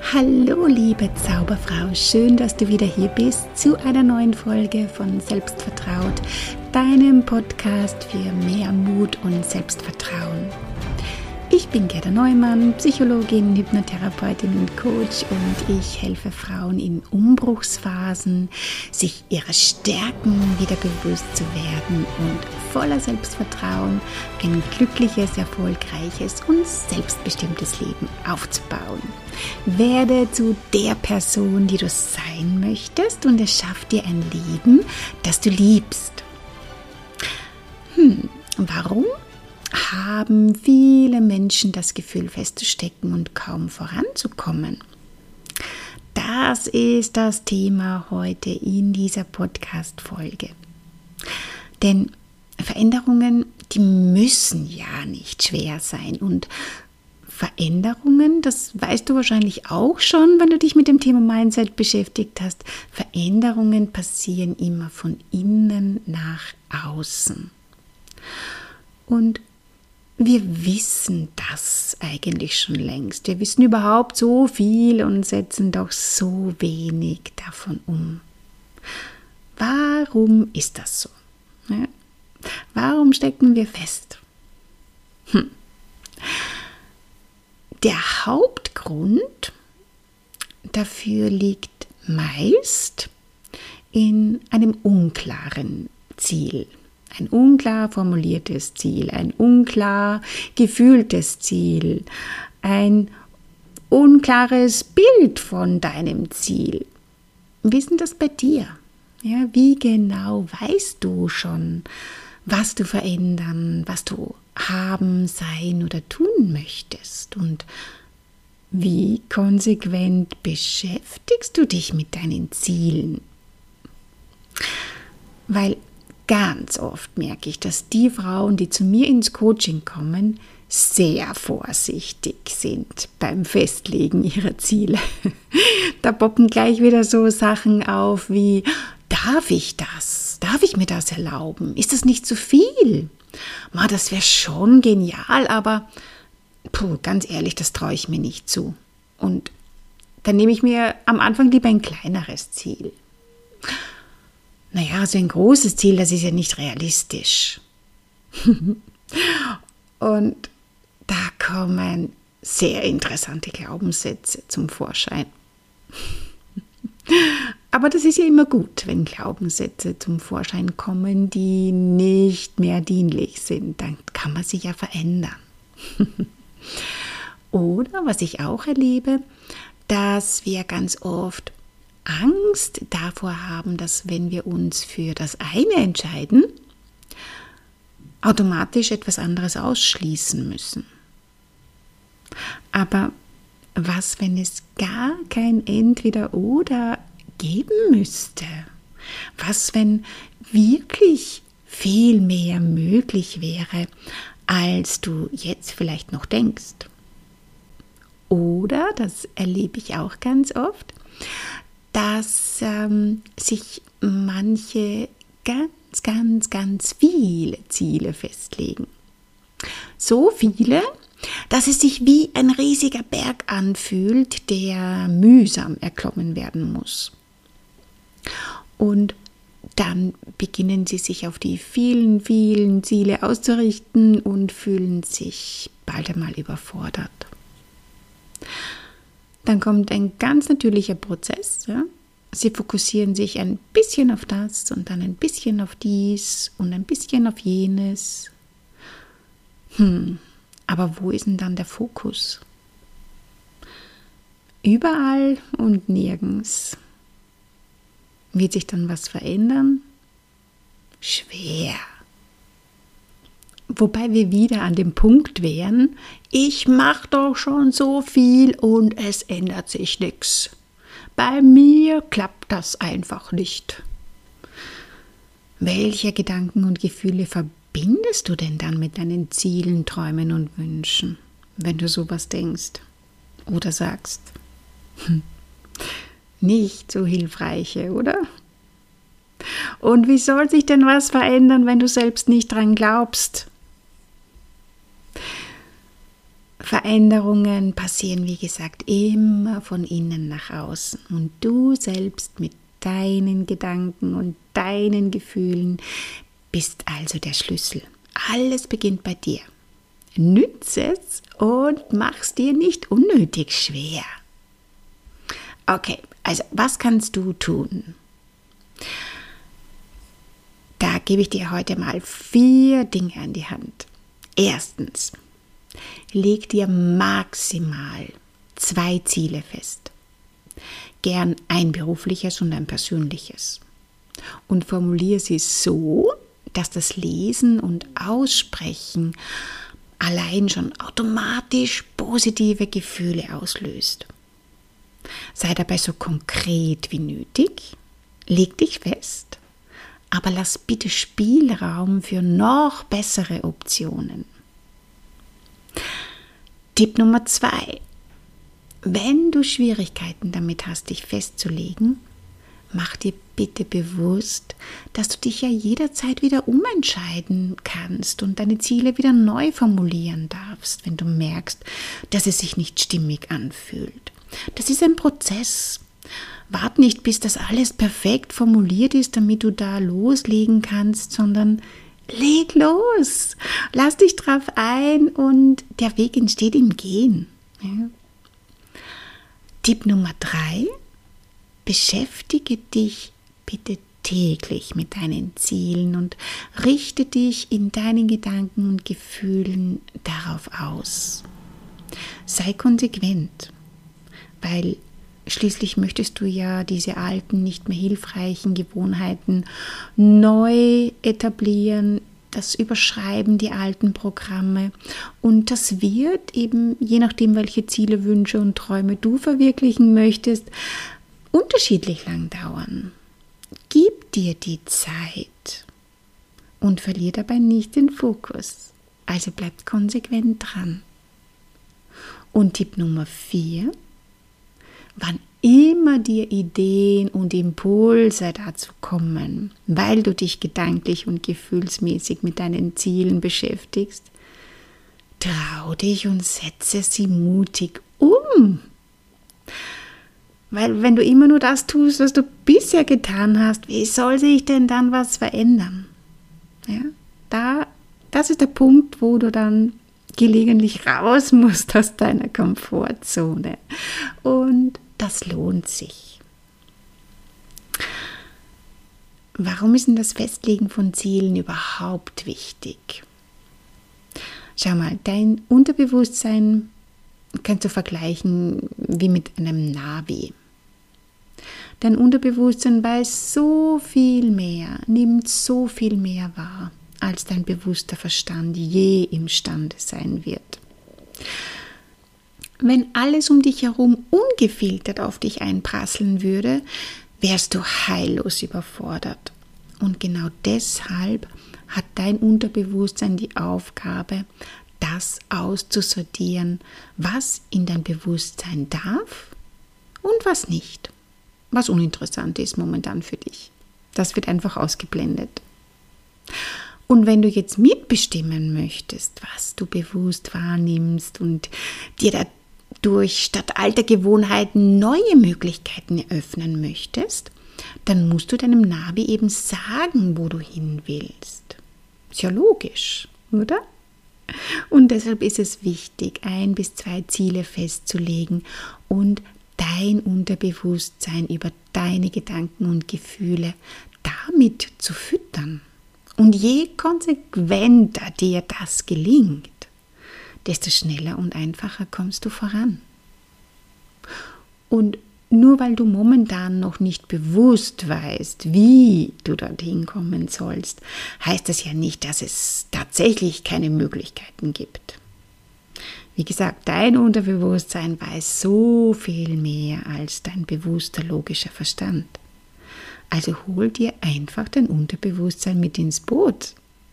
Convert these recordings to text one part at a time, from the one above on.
Hallo liebe Zauberfrau, schön, dass du wieder hier bist zu einer neuen Folge von Selbstvertraut, deinem Podcast für mehr Mut und Selbstvertrauen. Ich bin Gerda Neumann, Psychologin, Hypnotherapeutin und Coach und ich helfe Frauen in Umbruchsphasen, sich ihrer Stärken wieder bewusst zu werden und voller Selbstvertrauen ein glückliches, erfolgreiches und selbstbestimmtes Leben aufzubauen. Werde zu der Person, die du sein möchtest und erschaff dir ein Leben, das du liebst. Warum haben viele Menschen das Gefühl festzustecken und kaum voranzukommen? Das ist das Thema heute in dieser Podcast-Folge. Denn Veränderungen, die müssen ja nicht schwer sein. Und Veränderungen, das weißt du wahrscheinlich auch schon, wenn du dich mit dem Thema Mindset beschäftigt hast, Veränderungen passieren immer von innen nach außen. Und wir wissen das eigentlich schon längst. Wir wissen überhaupt so viel und setzen doch so wenig davon um. Warum ist das so? Ja? Warum stecken wir fest? Der Hauptgrund dafür liegt meist in einem unklaren Ziel. Ein unklar formuliertes Ziel, ein unklar gefühltes Ziel, ein unklares Bild von deinem Ziel. Wie ist denn das bei dir? Ja, wie genau weißt du schon, was du verändern, was du haben, sein oder tun möchtest? Und wie konsequent beschäftigst du dich mit deinen Zielen? Weil ganz oft merke ich, dass die Frauen, die zu mir ins Coaching kommen, sehr vorsichtig sind beim Festlegen ihrer Ziele. Da poppen gleich wieder so Sachen auf wie: Darf ich das? Darf ich mir das erlauben? Ist das nicht zu viel? Das wäre schon genial, aber ganz ehrlich, das traue ich mir nicht zu. Und dann nehme ich mir am Anfang lieber ein kleineres Ziel. Naja, so ein großes Ziel, das ist ja nicht realistisch. Und da kommen sehr interessante Glaubenssätze zum Vorschein. Aber das ist ja immer gut, wenn Glaubenssätze zum Vorschein kommen, die nicht mehr dienlich sind. Dann kann man sich ja verändern. Oder, was ich auch erlebe, dass wir ganz oft Angst davor haben, dass wenn wir uns für das eine entscheiden, automatisch etwas anderes ausschließen müssen. Aber was, wenn es gar kein Entweder-Oder geben müsste? Was, wenn wirklich viel mehr möglich wäre, als du jetzt vielleicht noch denkst? Oder, das erlebe ich auch ganz oft, dass sich manche ganz viele Ziele festlegen. So viele, dass es sich wie ein riesiger Berg anfühlt, der mühsam erklommen werden muss. Und dann beginnen sie sich auf die vielen Ziele auszurichten und fühlen sich bald einmal überfordert. Dann kommt ein ganz natürlicher Prozess. Ja? Sie fokussieren sich ein bisschen auf das und dann ein bisschen auf dies und ein bisschen auf jenes. Aber wo ist denn dann der Fokus? Überall und nirgends. Wird sich dann was verändern? Schwer. Wobei wir wieder an dem Punkt wären: Ich mache doch schon so viel und es ändert sich nichts. Bei mir klappt das einfach nicht. Welche Gedanken und Gefühle verbindest du denn dann mit deinen Zielen, Träumen und Wünschen, wenn du sowas denkst oder sagst? Nicht so hilfreiche, oder? Und wie soll sich denn was verändern, wenn du selbst nicht dran glaubst? Veränderungen passieren, wie gesagt, immer von innen nach außen. Und du selbst mit deinen Gedanken und deinen Gefühlen bist also der Schlüssel. Alles beginnt bei dir. Nütze es und mach es dir nicht unnötig schwer. Okay, also was kannst du tun? Da gebe ich dir heute mal 4 Dinge an die Hand. Erstens, leg dir maximal 2 Ziele fest. Gern ein berufliches und ein persönliches. Und formuliere sie so, dass das Lesen und Aussprechen allein schon automatisch positive Gefühle auslöst. Sei dabei so konkret wie nötig, leg dich fest, aber lass bitte Spielraum für noch bessere Optionen. Tipp Nummer 2. Wenn du Schwierigkeiten damit hast, dich festzulegen, mach dir bitte bewusst, dass du dich ja jederzeit wieder umentscheiden kannst und deine Ziele wieder neu formulieren darfst, wenn du merkst, dass es sich nicht stimmig anfühlt. Das ist ein Prozess. Wart nicht, bis das alles perfekt formuliert ist, damit du da loslegen kannst, sondern leg los. Lass dich drauf ein und der Weg entsteht im Gehen. Ja. Tipp Nummer 3. Beschäftige dich bitte täglich mit deinen Zielen und richte dich in deinen Gedanken und Gefühlen darauf aus. Sei konsequent, weil schließlich möchtest du ja diese alten, nicht mehr hilfreichen Gewohnheiten neu etablieren, das Überschreiben die alten Programme. Und das wird eben, je nachdem, welche Ziele, Wünsche und Träume du verwirklichen möchtest, unterschiedlich lang dauern. Gib dir die Zeit und verlier dabei nicht den Fokus. Also bleib konsequent dran. Und Tipp Nummer 4. Wann immer dir Ideen und Impulse dazu kommen, weil du dich gedanklich und gefühlsmäßig mit deinen Zielen beschäftigst, trau dich und setze sie mutig um. Weil wenn du immer nur das tust, was du bisher getan hast, wie soll sich denn dann was verändern? Ja, das ist der Punkt, wo du dann gelegentlich raus musst aus deiner Komfortzone. Und das lohnt sich. Warum ist denn das Festlegen von Zielen überhaupt wichtig? Schau mal, dein Unterbewusstsein kannst du vergleichen wie mit einem Navi. Dein Unterbewusstsein weiß so viel mehr, nimmt so viel mehr wahr, als dein bewusster Verstand je imstande sein wird. Wenn alles um dich herum ungefiltert auf dich einprasseln würde, wärst du heillos überfordert. Und genau deshalb hat dein Unterbewusstsein die Aufgabe, das auszusortieren, was in dein Bewusstsein darf und was nicht. Was uninteressant ist momentan für dich. Das wird einfach ausgeblendet. Und wenn du jetzt mitbestimmen möchtest, was du bewusst wahrnimmst und dir dadurch statt alter Gewohnheiten neue Möglichkeiten eröffnen möchtest, dann musst du deinem Navi eben sagen, wo du hin willst. Ist ja logisch, oder? Und deshalb ist es wichtig, 1 bis 2 Ziele festzulegen und dein Unterbewusstsein über deine Gedanken und Gefühle damit zu füttern. Und je konsequenter dir das gelingt, desto schneller und einfacher kommst du voran. Und nur weil du momentan noch nicht bewusst weißt, wie du dorthin kommen sollst, heißt das ja nicht, dass es tatsächlich keine Möglichkeiten gibt. Wie gesagt, dein Unterbewusstsein weiß so viel mehr als dein bewusster logischer Verstand. Also hol dir einfach dein Unterbewusstsein mit ins Boot.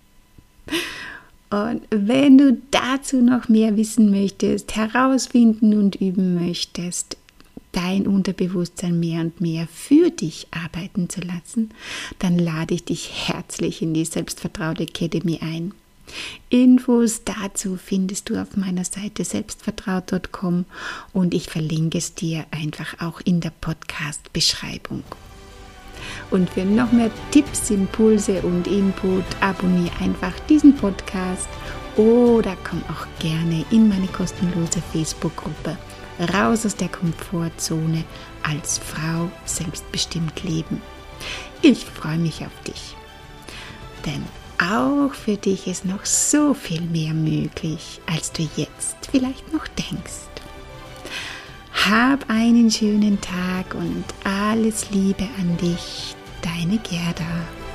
Und wenn du dazu noch mehr wissen möchtest, herausfinden und üben möchtest, dein Unterbewusstsein mehr und mehr für dich arbeiten zu lassen, dann lade ich dich herzlich in die Selbstvertraute Academy ein. Infos dazu findest du auf meiner Seite selbstvertraut.com und ich verlinke es dir einfach auch in der Podcast-Beschreibung. Und für noch mehr Tipps, Impulse und Input abonniere einfach diesen Podcast oder komm auch gerne in meine kostenlose Facebook-Gruppe Raus aus der Komfortzone als Frau selbstbestimmt leben. Ich freue mich auf dich, denn auch für dich ist noch so viel mehr möglich, als du jetzt vielleicht noch denkst. Hab einen schönen Tag und alles Liebe an dich, deine Gerda.